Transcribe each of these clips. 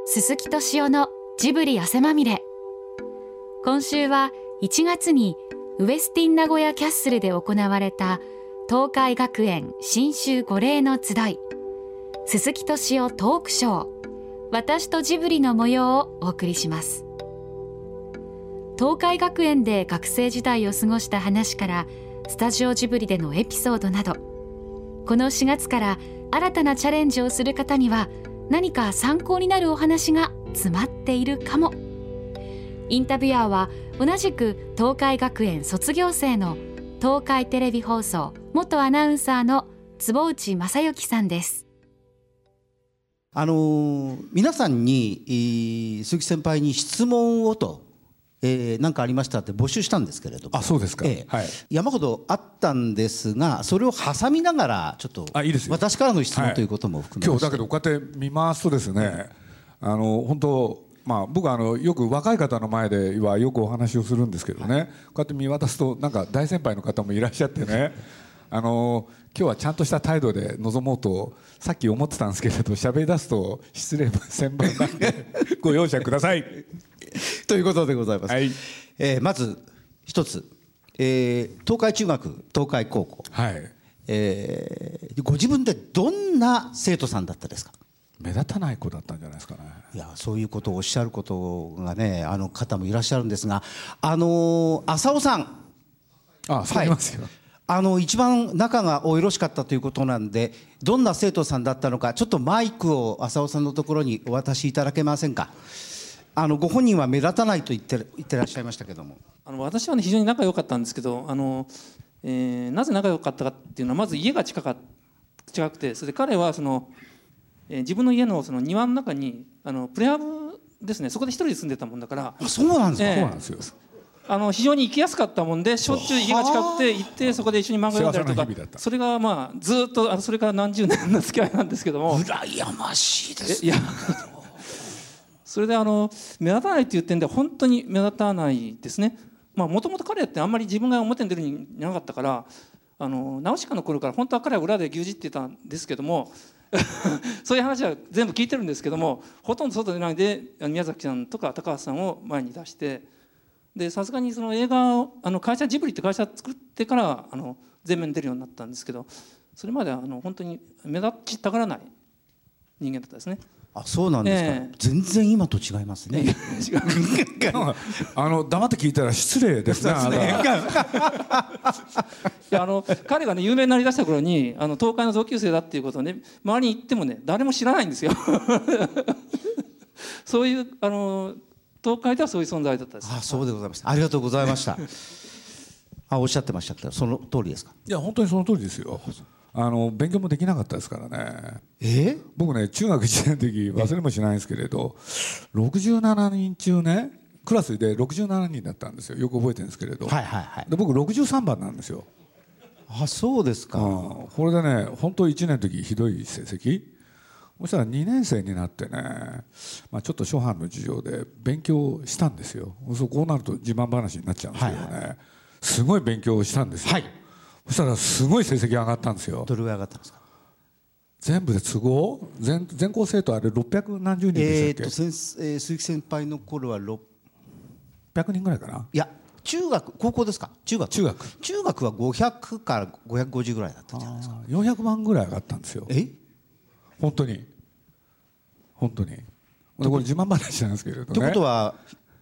鈴木敏夫のジブリ汗まみれ。今週は1月にウェスティン名古屋キャッスルで行われた東海学園新秋御礼の集い、鈴木敏夫トークショー、私とジブリの模様をお送りします。東海学園で学生時代を過ごした話からスタジオジブリでのエピソードなど、この4月から新たなチャレンジをする方には何か参考になるお話が詰まっているかも。インタビュアーは同じく東海学園卒業生の東海テレビ放送元アナウンサーの坪内正幸さんです。 皆さんに鈴木先輩に質問をと、何かありましたって募集したんですけれども。 あ、そうですか。はい、 山ほどあったんですが、それを挟みながらちょっと私からの質問ということも含めまして、 今日だけどこうやって見ますとですね、本当、僕はよく若い方の前ではよくお話をするんですけどね、こうやって見渡すとなんか大先輩の方もいらっしゃってね、今日はちゃんとした態度で臨もうとさっき思ってたんですけれど、喋り出すと失礼千万なんでご容赦くださいということでございます。 はい、 まず一つ、東海中学、東海高校、 はい、 ご自分でどんな生徒さんだったですか？ 目立たない子だったんじゃないですかね。 いや、そういうことをおっしゃることがね、方もいらっしゃるんですが、浅尾さん、 そういますよ。 一番仲がおよろしかったということなんで、どんな生徒さんだったのか、ちょっとマイクを浅尾さんのところにお渡しいただけませんか。ご本人は目立たないと言ってらっしゃいましたけども、 私は、非常に仲良かったんですけど、なぜ仲良かったかっていうのは、まず家が近くて、それで彼は自分の家の庭の中にプレハブですね、そこで一人で住んでたもんだから。 そうなんですか。 そうなんですよ。 非常に行きやすかったもんで、しょっちゅう家が近くて行って、そこで一緒に漫画読んだりとか、それがずっとそれから何十年の付き合いなんですけども。 羨ましいですね。 いやそれで目立たないという点では本当に目立たないですね。もともと彼ってあんまり自分が表に出るになかったから、ナウシカの頃から本当は彼は裏で牛耳ってたんですけどもそういう話は全部聞いてるんですけども、ほとんど外でないで宮崎さんとか高橋さんを前に出して、でさすがにその映画を会社ジブリって会社作ってから前面に出るようになったんですけど、それまでは本当に目立ちたがらない人間だったですね。 あ、そうなんですか。全然今と違いますね。 黙って聞いたら失礼ですね。 いや彼がね有名になりだした頃に東海の同級生だっていうことをね周りに言ってもね誰も知らないんですよそういう東海ではそういう存在だったです。 あ、そうでございました。ありがとうございましたおっしゃってましたけど、その通りですか？ いや、本当にその通りですよ。勉強もできなかったですからね。僕ね、中学1年の時忘れもしないんですけれど、67人中ね、クラスで67人だったんですよ。よく覚えてるんですけれど、で僕63番なんですよ。 あ、そうですか。 これでね、本当1年の時ひどい成績。そしたら2年生になってね、ちょっと諸般の事情で勉強したんですよ。こうなると自慢話になっちゃうんですけどね、すごい勉強したんですよ。そしたらすごい成績上がったんですよ。 どれぐらい上がったんですか？ 全部で都合全校生徒あれ600何十人でしたっけ？ 鈴木先輩の頃は600 人ぐらいかな。 いや、高校ですか？中学は500から550ぐらいだったんじゃないですか。 400万ぐらい上がったんですよ。本当にこれ自慢話なんですけれどね。 ということは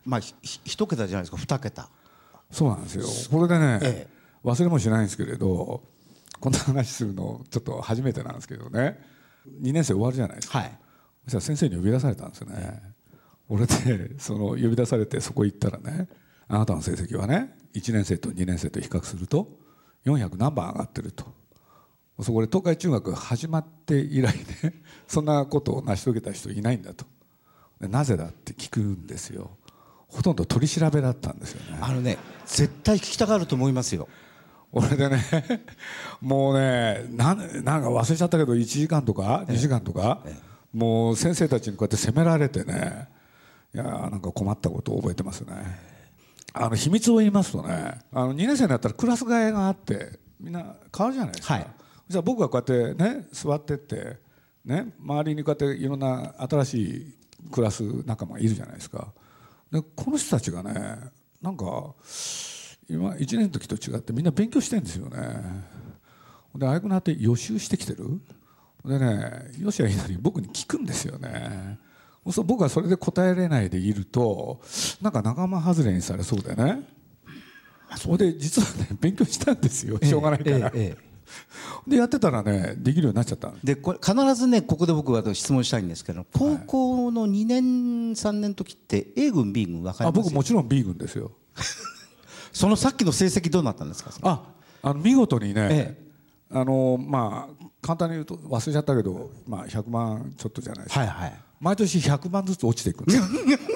1桁じゃないですか、2桁。 そうなんですよ。これでね、忘れもしないんですけれど、こんな話するのちょっと初めてなんですけどね、2年生終わるじゃないですか。そしたら先生に呼び出されたんですよね。俺で呼び出されてそこ行ったらね、あなたの成績はね1年生と2年生と比較すると400何番上がってると。そこで東海中学始まって以来ねそんなことを成し遂げた人いないんだと。なぜだって聞くんですよ。ほとんど取り調べだったんですよね。 絶対聞きたがると思いますよ。 俺でねもうねなんか忘れちゃったけど1時間とか2時間とか、もう先生たちにこうやって責められてね、いやなんか困ったことを覚えてますね。秘密を言いますとね、2年生になったらクラス替えがあってみんな変わるじゃないですか。じゃあ僕がこうやってね座ってってね、周りにこうやっていろんな新しい暮らす仲間がいるじゃないですか。でこの人たちがねなんか今1年の時と違ってみんな勉強してるんですよね。でああいうくなって予習してきてる。でねよしあいいのに僕に聞くんですよね。そう僕はそれで答えれないでいるとなんか仲間外れにされそうでね。それで実はね勉強したんですよしょうがないから。でやってたらねできるようになっちゃった。 でこれ必ずねここで僕は質問したいんですけど、高校の2年3年の時って A 軍 B 軍分かります？ 僕もちろん B 軍ですよ。 そのさっきの成績どうなったんですか？ 見事にね、まあ簡単に言うと忘れちゃったけど、まあ、100万ちょっとじゃないですか、毎年100万ずつ落ちていくんですよ。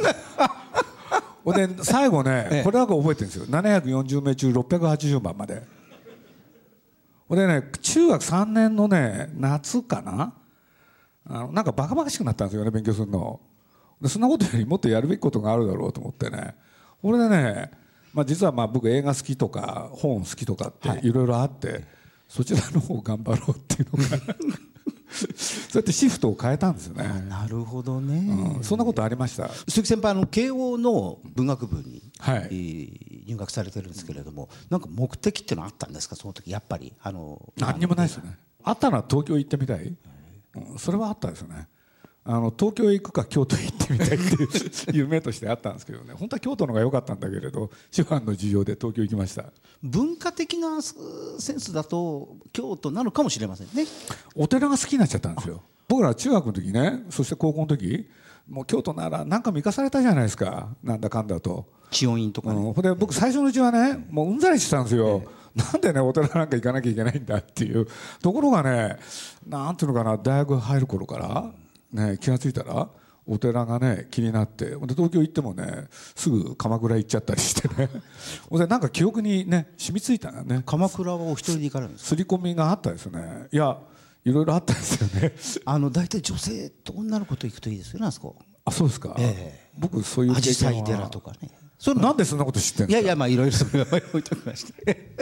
で最後ね、これだけ覚えてるんですよ。740名中680番まで。でね中学3年のね夏かな、なんかバカバカしくなったんですよね勉強するの。でそんなことよりもっとやるべきことがあるだろうと思ってね。これでね、実は僕映画好きとか本好きとかっていろいろあって、そちらの方頑張ろうっていうのがそうやってシフトを変えたんですよね。 なるほどね、 そんなことありました。 鈴木先輩慶応の文学部に、入学されてるんですけれども、なんか目的っていうのはあったんですかその時？やっぱり何にもないですよね。あったのは東京行ってみたい、それはあったですよね。東京へ行くか京都へ行ってみたいっていう夢としてあったんですけどね、本当は京都の方が良かったんだけれど手腕の事情で東京行きました。 文化的なセンスだと京都なのかもしれませんね。 お寺が好きになっちゃったんですよ。僕ら中学の時ね、そして高校の時もう京都なら何かも行かされたじゃないですか、なんだかんだと。 知音院とかね。 で僕最初のうちはねもううんざりしてたんですよ、なんでねお寺なんか行かなきゃいけないんだっていうところがね、なんていうのかな、大学入る頃からね、気が付いたらお寺がね気になって、で東京行ってもねすぐ鎌倉行っちゃったりしてねでなんか記憶にね染みついたのね。 鎌倉はお一人で行かれるんですか？ 刷り込みがあったですよね。いやいろいろあったですよね。 大体女性と女の子と行くといいですよねあそこ。 そうですか、僕そういう経験は。 紫陽花寺とかね。 なんでそんなこと知ってんですか？ いやいろいろそれは置いときまして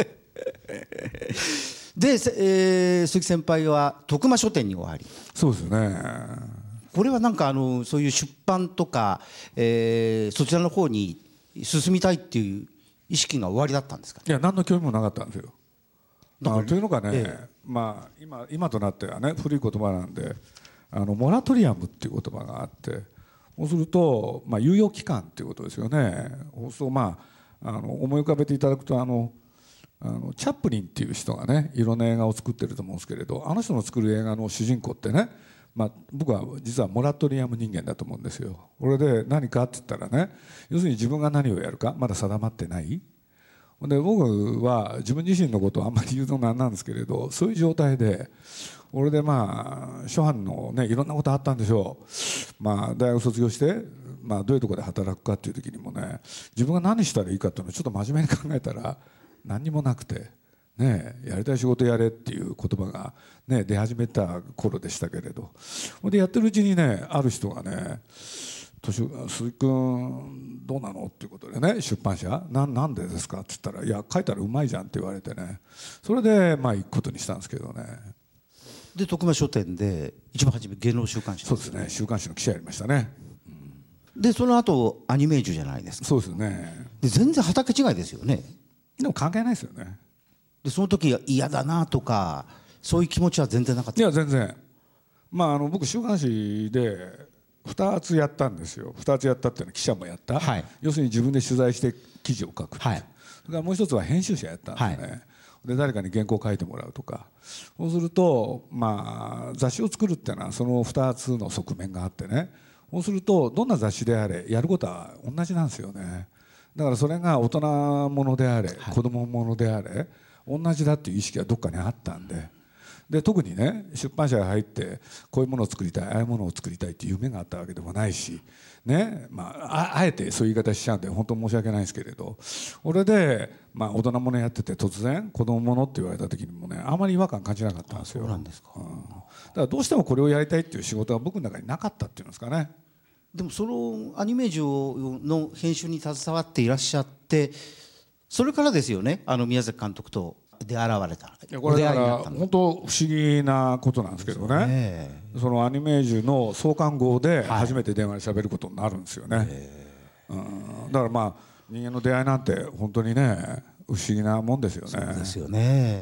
で、鈴木先輩は徳間書店にお入り。 そうですよね。 これはなんかそういう出版とか、そちらの方に進みたいっていう意識が終わりだったんですか？ いや何の興味もなかったんですよ。というのがね、今となってはね古い言葉なんでモラトリアムっていう言葉があって、そうすると、猶予期間っていうことですよね。そう思い浮かべていただくとチャップリンっていう人がねいろんな映画を作ってると思うんですけれど、あの人の作る映画の主人公ってね、僕は実はモラトリアム人間だと思うんですよ。これで何かって言ったらね、要するに自分が何をやるかまだ定まってない。で僕は自分自身のことをあんまり言うのなんなんですけれど、そういう状態で俺で初版のねいろんなことあったんでしょう。大学卒業して、どういうところで働くかっていう時にもね、自分が何したらいいかっていうのをちょっと真面目に考えたら何にもなくて。やりたい仕事やれっていう言葉が、出始めた頃でしたけれど、でやってるうちにねある人がね「鈴木君どうなの?」っていうことでね、出版社なんでですかって言ったら「いや書いたらうまいじゃん」って言われてね、それで行くことにしたんですけどね。 で徳間書店で一番初め芸能週刊誌。 そうですね、週刊誌の記者やりましたね。 でその後アニメージュじゃないですか。 そうですね。 で全然畑違いですよね。 でも関係ないですよね。 でその時嫌だなとかそういう気持ちは全然なかった？ いや全然。僕週刊誌で2つやったんですよ。2つやったっていうのは記者もやった、要するに自分で取材して記事を書く、それからもう一つは編集者やったんですね、で誰かに原稿を書いてもらうとか。そうすると雑誌を作るっていうのはその2つの側面があってね、そうするとどんな雑誌であれやることは同じなんですよね。だからそれが大人ものであれ、子供ものであれ同じだっていう意識がどっかにあったんで、特にね出版社が入ってこういうものを作りたいああいうものを作りたいっていう夢があったわけでもないしね、あえてそういう言い方しちゃうんで本当申し訳ないですけれど、俺で大人ものやってて突然子供ものって言われた時にもねあまり違和感感じなかったんですよ。 そうなんですか。 だからどうしてもこれをやりたいっていう仕事が僕の中になかったっていうんですかね。 でもそのアニメージュの編集に携わっていらっしゃって、それからですよね宮崎監督と出会われた。 いやこれだから本当不思議なことなんですけどね、そのアニメージュの創刊号で初めて電話で喋ることになるんですよね、だからまあ人間の出会いなんて本当にね不思議なもんですよね。 そうですよね。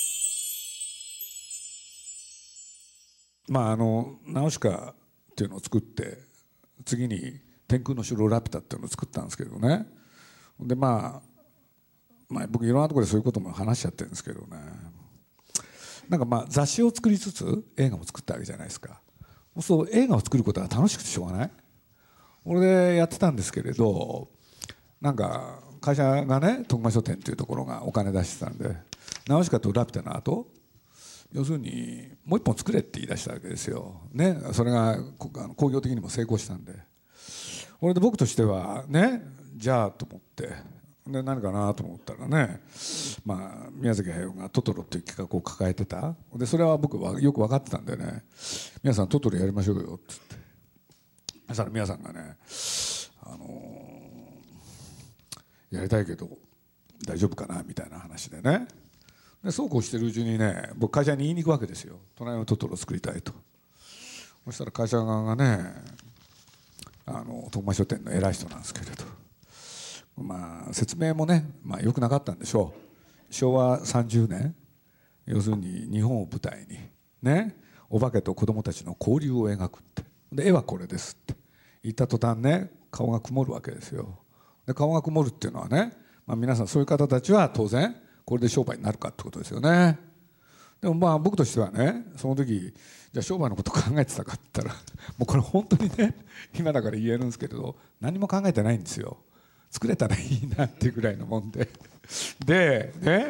まあナウシカっていうのを作って次に天空の城ラピュタっていうのを作ったんですけどね。でまあ僕いろんなところでそういうことも話しちゃってるんですけどね、なんかまあ雑誌を作りつつ映画も作ったわけじゃないですか。そう映画を作ることが楽しくてしょうがない。俺でやってたんですけれど、なんか会社がね徳間書店っていうところがお金出してたんで、ナウシカとラピュタの後要するにもう一本作れって言い出したわけですよ、ね、それが興行的にも成功したんで、これで僕としてはねじゃあと思ってで何かなと思ったらね、まあ、宮崎駿が「トトロ」っていう企画を抱えてたで、それは僕はよく分かってたんでね「皆さんトトロやりましょうよ」って言って、そしたら皆さんがねやりたいけど大丈夫かなみたいな話でね、でそうこうしてるうちにね僕会社に言いに行くわけですよ。隣のトトロを作りたいと。そしたら会社側がね徳間書店の偉い人なんですけれど、まあ説明もね、まあ、よくなかったんでしょう。昭和30年要するに日本を舞台にねお化けと子供たちの交流を描くってで絵はこれですって言った途端ね顔が曇るわけですよ。で顔が曇るっていうのはね、まあ、皆さんそういう方たちは当然これで商売になるかってことですよね。でもまあ僕としてはねその時じゃあ商売のこと考えてたかって言ったらもうこれ本当にね今だから言えるんですけれど何も考えてないんですよ。作れたらいいなっていうぐらいのもんででね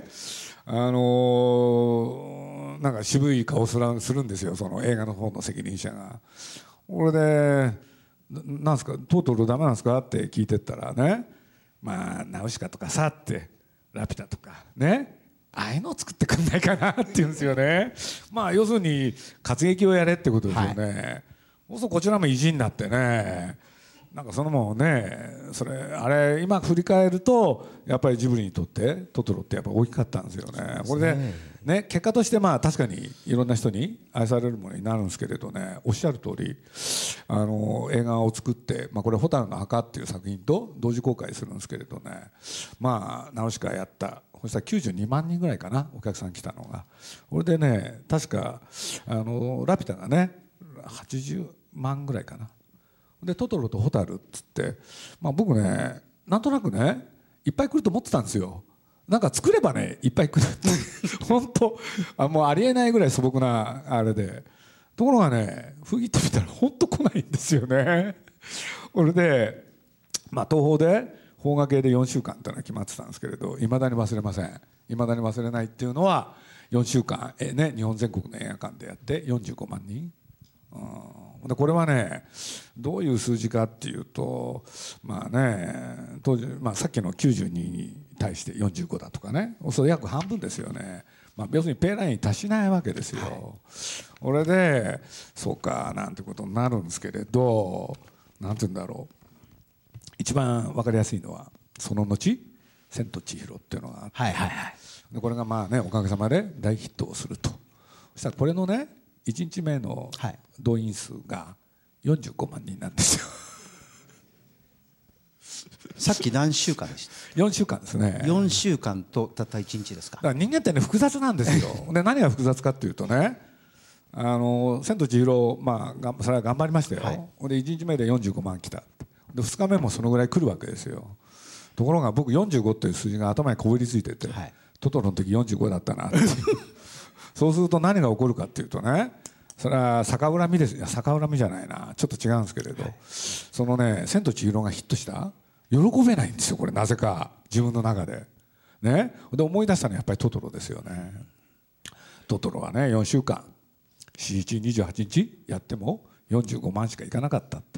なんか渋い顔するんですよ、その映画の方の責任者が。俺で「なんですかトトロダメなんですか?」って聞いてったらね「まあナウシカとかさ」って「ラピュタとかねああいうのを作ってくんないかな」って言うんですよね。まあ要するに活劇をやれってことですよね。そうするとこちらも意地になってね、なんかそのもんねそれあれ今振り返るとやっぱりジブリにとってトトロってやっぱ大きかったんですよね。これでね結果としてまあ確かにいろんな人に愛されるものになるんですけれどね、おっしゃる通り映画を作って、まあ、これ「蛍の墓」っていう作品と同時公開するんですけれどね、まあナウシカやったそしたら92万人ぐらいかなお客さん来たのが。これでね確かラピュタがね80万ぐらいかな。でトトロとホタルっつって、まあ、僕ねなんとなくねいっぱい来ると思ってたんですよ。なんか作ればねいっぱい来るって本当もうありえないぐらい素朴なあれで、ところがね封切ってみたら本当来ないんですよね。これで、まあ、東宝で邦画系で4週間っていうのが決まってたんですけれどいまだに忘れません。いまだに忘れないっていうのは4週間ね、日本全国の映画館でやって45万人。でこれはねどういう数字かっていうと、まあね当時、まあ、さっきの92に対して45だとかね、それ約半分ですよね。まあ、要するにペーラインに達しないわけですよ。これでそうかなんてことになるんですけれど、なんて言うんだろう、一番分かりやすいのはその後「千と千尋」っていうのがあって、でこれがまあねおかげさまで大ヒットをすると。そしたらこれのね1日目の動員数が45万人なんですよ。 さっき何週間でした ？4週間ですね。 4週間とたった1日ですか。 だから人間ってね複雑なんですよ。で何が複雑かっていうとね千と千尋、まあ、それは頑張りましたよ、で1日目で45万来たで2日目もそのぐらい来るわけですよ。ところが僕45っていう数字が頭にこびりついてて、トトロの時45だったなっていうそうすると何が起こるかっていうとね、それは逆恨みです。いや逆恨みじゃないな、ちょっと違うんですけれど、そのね「千と千尋」がヒットした喜べないんですよこれ、なぜか自分の中でね。で思い出したのはやっぱりトトロですよね。トトロはね4週間4×1=28日やっても45万しかいかなかったって。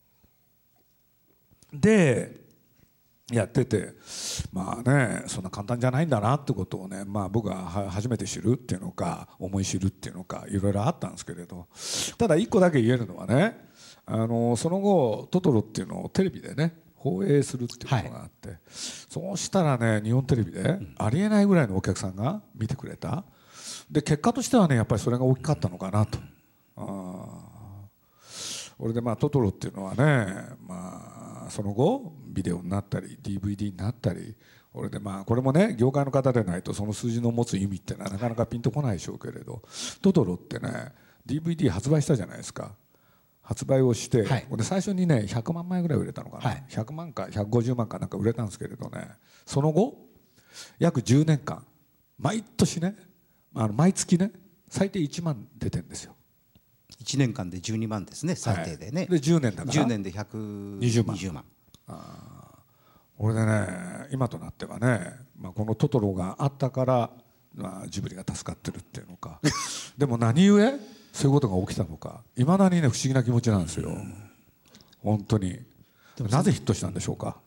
でやってて、まあねそんな簡単じゃないんだなってことをね、まあ、僕が初めて知るっていうのか思い知るっていうのかいろいろあったんですけれど、ただ一個だけ言えるのはねその後トトロっていうのをテレビでね放映するっていうことがあって、そうしたらね日本テレビでありえないぐらいのお客さんが見てくれた。で結果としてはねやっぱりそれが大きかったのかなと。俺でトトロっていうのはね、その後ビデオになったり DVD になったり、俺でこれもね業界の方でないとその数字の持つ意味ってのはなかなかピンとこないでしょうけれど、トトロってね DVD 発売したじゃないですか。発売をして、で最初にね100万枚ぐらい売れたのかな、100万か150万かなんか売れたんですけれどね、その後約10年間毎年ね毎月ね最低1万出てるんですよ。 1年間で12万ですね最低でね、 で10年だから 10年で120万。 俺でね今となってはね、このトトロがあったから、ジブリが助かってるっていうのかでも何故そういうことが起きたのかいまだにね不思議な気持ちなんですよ本当に。なぜヒットしたんでしょうか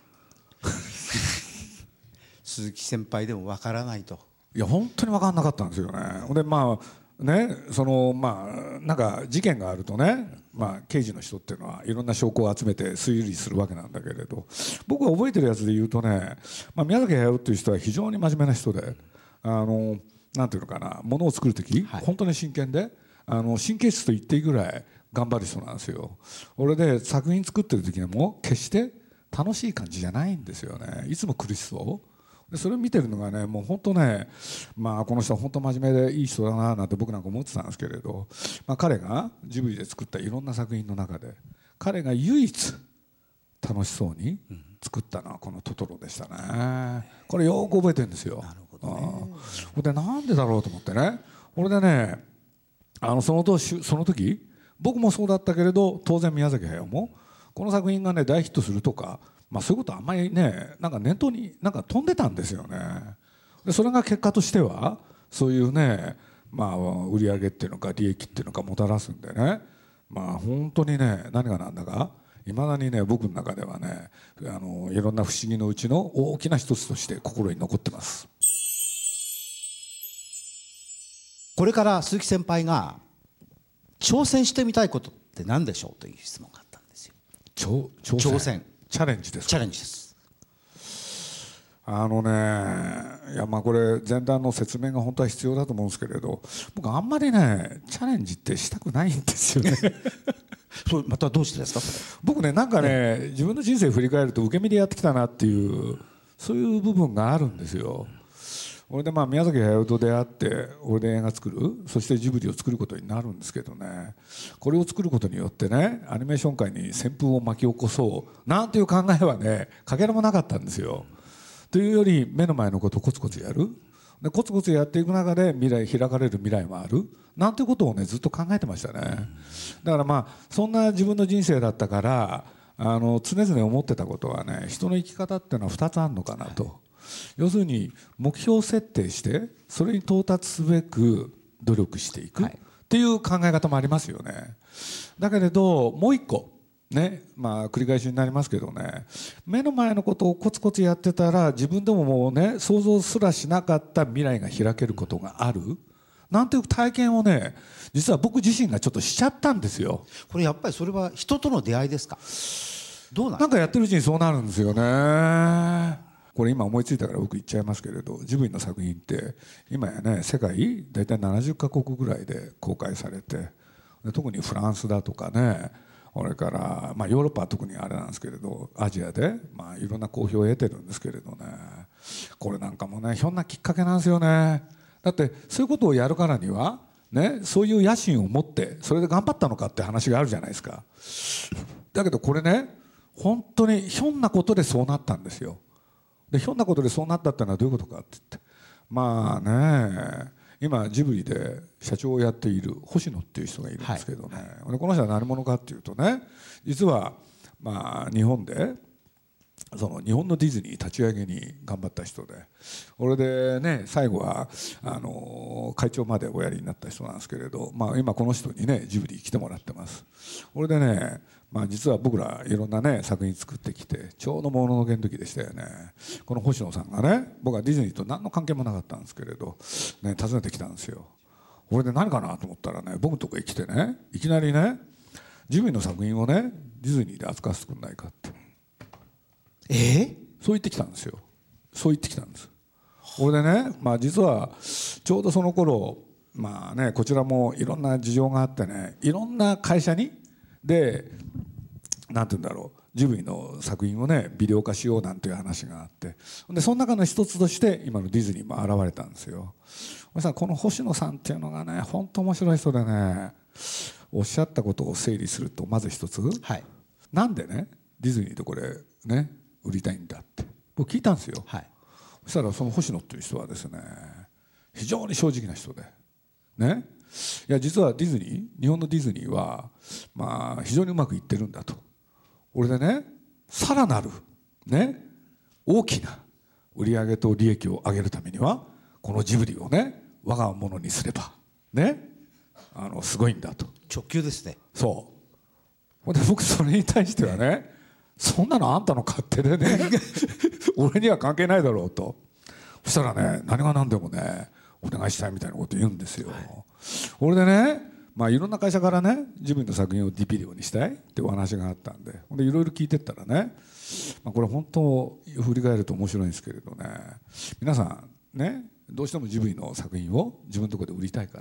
鈴木先輩でもわからないと。 いや本当に分かんなかったんですよね。でなんか事件があるとね、刑事の人っていうのはいろんな証拠を集めて推理するわけなんだけれど、僕が覚えてるやつで言うとね、宮崎駿っていう人は非常に真面目な人で、なんていうのかな、ものを作る時、本当に真剣で神経質と言っていいぐらい頑張る人なんですよ。俺で作品作ってる時にも決して楽しい感じじゃないんですよね。いつも苦しそう。でそれを見てるのがねもう本当ね、この人は本当真面目でいい人だななんて僕なんか思ってたんですけれど、彼がジブリで作ったいろんな作品の中で彼が唯一楽しそうに作ったのはこのトトロでしたね。これよく覚えてるんですよ。でなんでだろうと思ってね、これでねその時僕もそうだったけれど当然宮崎駿もこの作品がね大ヒットするとかそういうことあんまりねなんか念頭になんか飛んでたんですよね。でそれが結果としてはそういうね売り上げっていうのか利益っていうのかもたらすんでね、本当にね何がなんだかいまだにね僕の中ではねいろんな不思議のうちの大きな一つとして心に残ってます。 これから鈴木先輩が挑戦してみたいことって何でしょうという質問があったんですよ。挑戦チャレンジですか。 チャレンジです。 いやこれ前段の説明が本当は必要だと思うんですけれど、僕あんまりねチャレンジってしたくないんですよねそうまたどうしてですか。 僕ねなんかね自分の人生を振り返ると受け身でやってきたなっていうそういう部分があるんですよ。俺で宮崎駿と出会って俺で映画作る、そしてジブリを作ることになるんですけどね、これを作ることによってねアニメーション界に旋風を巻き起こそうなんていう考えはねかけらもなかったんですよ。というより目の前のことをコツコツやる、でコツコツやっていく中で開かれる未来もあるなんていうことをねずっと考えてましたね。だからそんな自分の人生だったから常々思ってたことはね、人の生き方っていうのは2つあるのかなと。要するに目標設定してそれに到達すべく努力していくっていう考え方もありますよね。だけれどもう一個ね、繰り返しになりますけどね、目の前のことをコツコツやってたら自分でももうね想像すらしなかった未来が開けることがあるなんていう体験をね実は僕自身がちょっとしちゃったんですよ。 これやっぱりそれは人との出会いですか。どうなんかやってるうちにそうなるんですよね。これ今思いついたから僕言っちゃいますけれど、ジブリの作品って今やね世界大体70カ国ぐらいで公開されて、特にフランスだとかね、それからヨーロッパは特にあれなんですけれどアジアでいろんな好評を得てるんですけれどね、これなんかもねひょんなきっかけなんですよね。だってそういうことをやるからにはね、そういう野心を持ってそれで頑張ったのかって話があるじゃないですか。だけどこれね本当にひょんなことでそうなったんですよ。でひょんなことでそうなったってのはどういうことかって言って今ジブリで社長をやっている星野っていう人がいるんですけどね、でこの人は何者かっていうとね、実は日本で日本のディズニー立ち上げに頑張った人で、これでね最後は会長までおやりになった人なんですけれど、今この人にねジブリ来てもらってます。これでね実は僕らいろんなね作品作ってきてちょうどもののけの時でしたよね。この星野さんがね、僕はディズニーと何の関係もなかったんですけれどね訪ねてきたんですよ。これで何かなと思ったらね、僕のとこへ来てねいきなりねジブリの作品をねディズニーで扱わせてくんないかって。 そう言ってきたんですよ。そう言ってきたんです。これでね、実はちょうどその頃こちらもいろんな事情があってね、いろんな会社にでなんて言うんだろう、ジブリの作品をねビデオ化しようなんていう話があって、でその中の一つとして今のディズニーも現れたんですよ。この星野さんっていうのがね本当面白い人でね、おっしゃったことを整理すると、まず一つ、なんでねディズニーでこれね売りたいんだって僕聞いたんですよ。そしたらその星野っていう人はですね、非常に正直な人でね、いや実はディズニー、日本のディズニーは非常にうまくいってるんだと。これでね、さらなるね大きな売り上げと利益を上げるためにはこのジブリをね我が物にすればねすごいんだと。 直球ですね。 そうで僕それに対してはね、そんなのあんたの勝手でね俺には関係ないだろうと。そしたらね、何が何でもねお願いしたいみたいなこと言うんですよ。これでね、いろんな会社からね自分の作品をビデオにしたいってお話があったんで、いろいろ聞いてったらね、これ本当振り返ると面白いんですけれどね、皆さんねどうしてもジブリの作品を自分のところで売りたいから、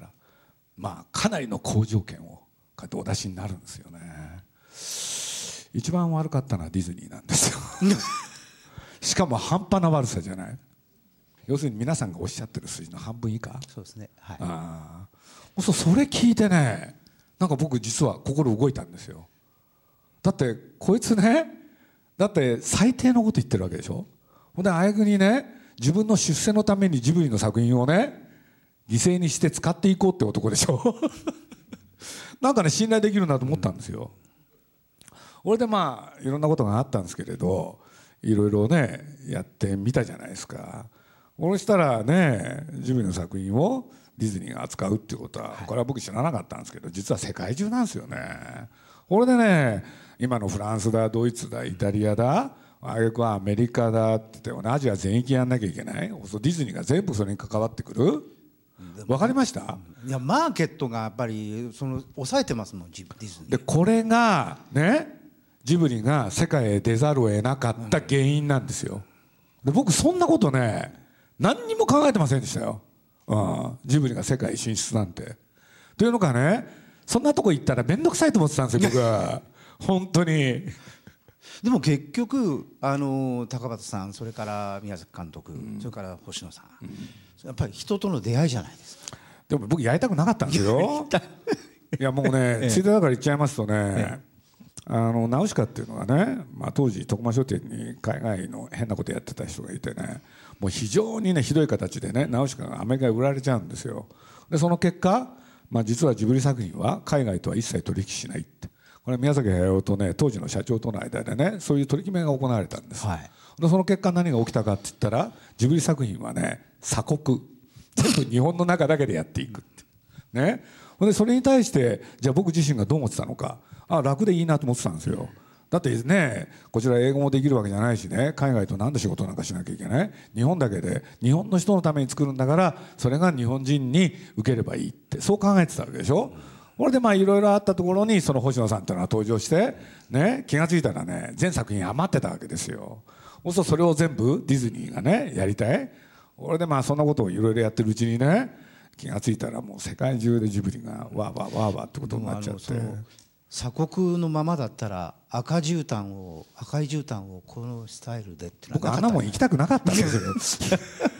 かなりの好条件をこうやってお出しになるんですよね。一番悪かったのはディズニーなんですよしかも半端な悪さじゃない。要するに皆さんがおっしゃってる数字の半分以下。 そうですね。 それ聞いてね、なんか僕実は心動いたんですよ。だってこいつね、だって最低のこと言ってるわけでしょ。ほんで挙句にね、自分の出世のためにジブリの作品をね犠牲にして使っていこうって男でしょなんかね信頼できるなと思ったんですよ。これでいろんなことがあったんですけれど、いろいろねやってみたじゃないですか。そしたらね、ジブリの作品をディズニーが扱うっていうことは、これは僕知らなかったんですけど、実は世界中なんですよね。これでね、今のフランスだ、ドイツだ、イタリアだ、挙句はアメリカだって言って、アジア全域やんなきゃいけない。ディズニーが全部それに関わってくる。分かりました？ いや、マーケットがやっぱり抑えてますもん、ディズニー。 でこれがね、ジブリが世界へ出ざるを得なかった原因なんですよ。で僕そんなことね何にも考えてませんでしたよ。ジブリが世界進出なんて。というのがね、そんなとこ行ったら面倒くさいと思ってたんですよ僕は本当に。 でも結局高畑さん、それから宮崎監督、それから星野さん、やっぱり人との出会いじゃないですか。 でも僕やりたくなかったんですよいやもうね、ついでだから言っちゃいますとね、ナウシカっていうのがね、当時徳間書店に海外の変なことやってた人がいてね、もう非常にねひどい形でねナウシカがアメリカに売られちゃうんですよ。でその結果、実はジブリ作品は海外とは一切取引しないって、これ宮崎駿とね当時の社長との間でねそういう取り決めが行われたんです。でその結果何が起きたかって言ったら、ジブリ作品はね鎖国、全部日本の中だけでやっていくってね。でそれに対してじゃあ僕自身がどう思ってたのか、楽でいいなと思ってたんですよ。だってね、こちら英語もできるわけじゃないしね、海外と何で仕事なんかしなきゃいけない、日本だけで日本の人のために作るんだから、それが日本人に受ければいいって、そう考えてたわけでしょ。これでいろいろあったところにその星野さんっていうのが登場してね、気が付いたらね全作品余ってたわけですよ。そうするとそれを全部ディズニーがねやりたい。これでそんなことをいろいろやってるうちにね、気が付いたらもう世界中でジブリがわーわーわーわーってことになっちゃって、 鎖国のままだったら赤い絨毯をこのスタイルでって僕あんなもん行きたくなかったんですよ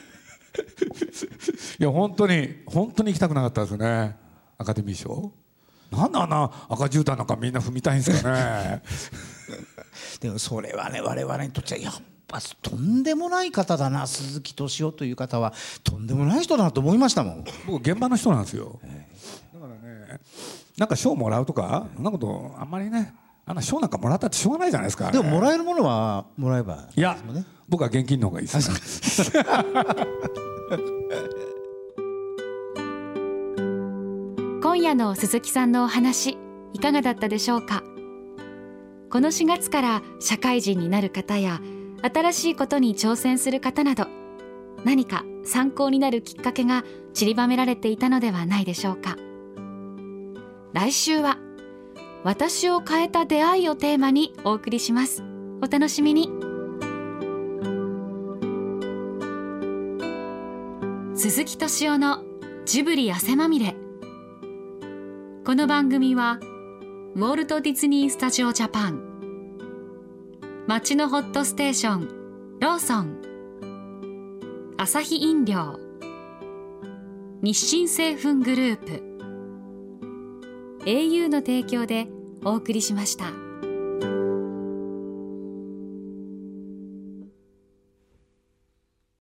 いや本当に行きたくなかったですね。アカデミー賞なんであんな赤絨毯なんかみんな踏みたいんですかねでもそれはね、我々にとってはやっぱとんでもない方だな、鈴木敏夫という方はとんでもない人だなと思いましたもん。 僕現場の人なんですよ。だからね、なんか賞もらうとかそんなことあんまりね、あんな賞なんかもらったってしょうがないじゃないですか。 でももらえるものはもらえばいいですもんね。 いや僕は現金の方がいいです今夜の鈴木さんのお話いかがだったでしょうか。この4月から社会人になる方や新しいことに挑戦する方など、何か参考になるきっかけが散りばめられていたのではないでしょうか。来週は私を変えた出会いをテーマにお送りします。お楽しみに。 鈴木敏夫のジブリ汗まみれ。この番組はウォルト・ディズニー・スタジオ・ジャパン、街のホットステーションローソン、アサヒ飲料、日清製粉グループ、au の提供でお送りしました。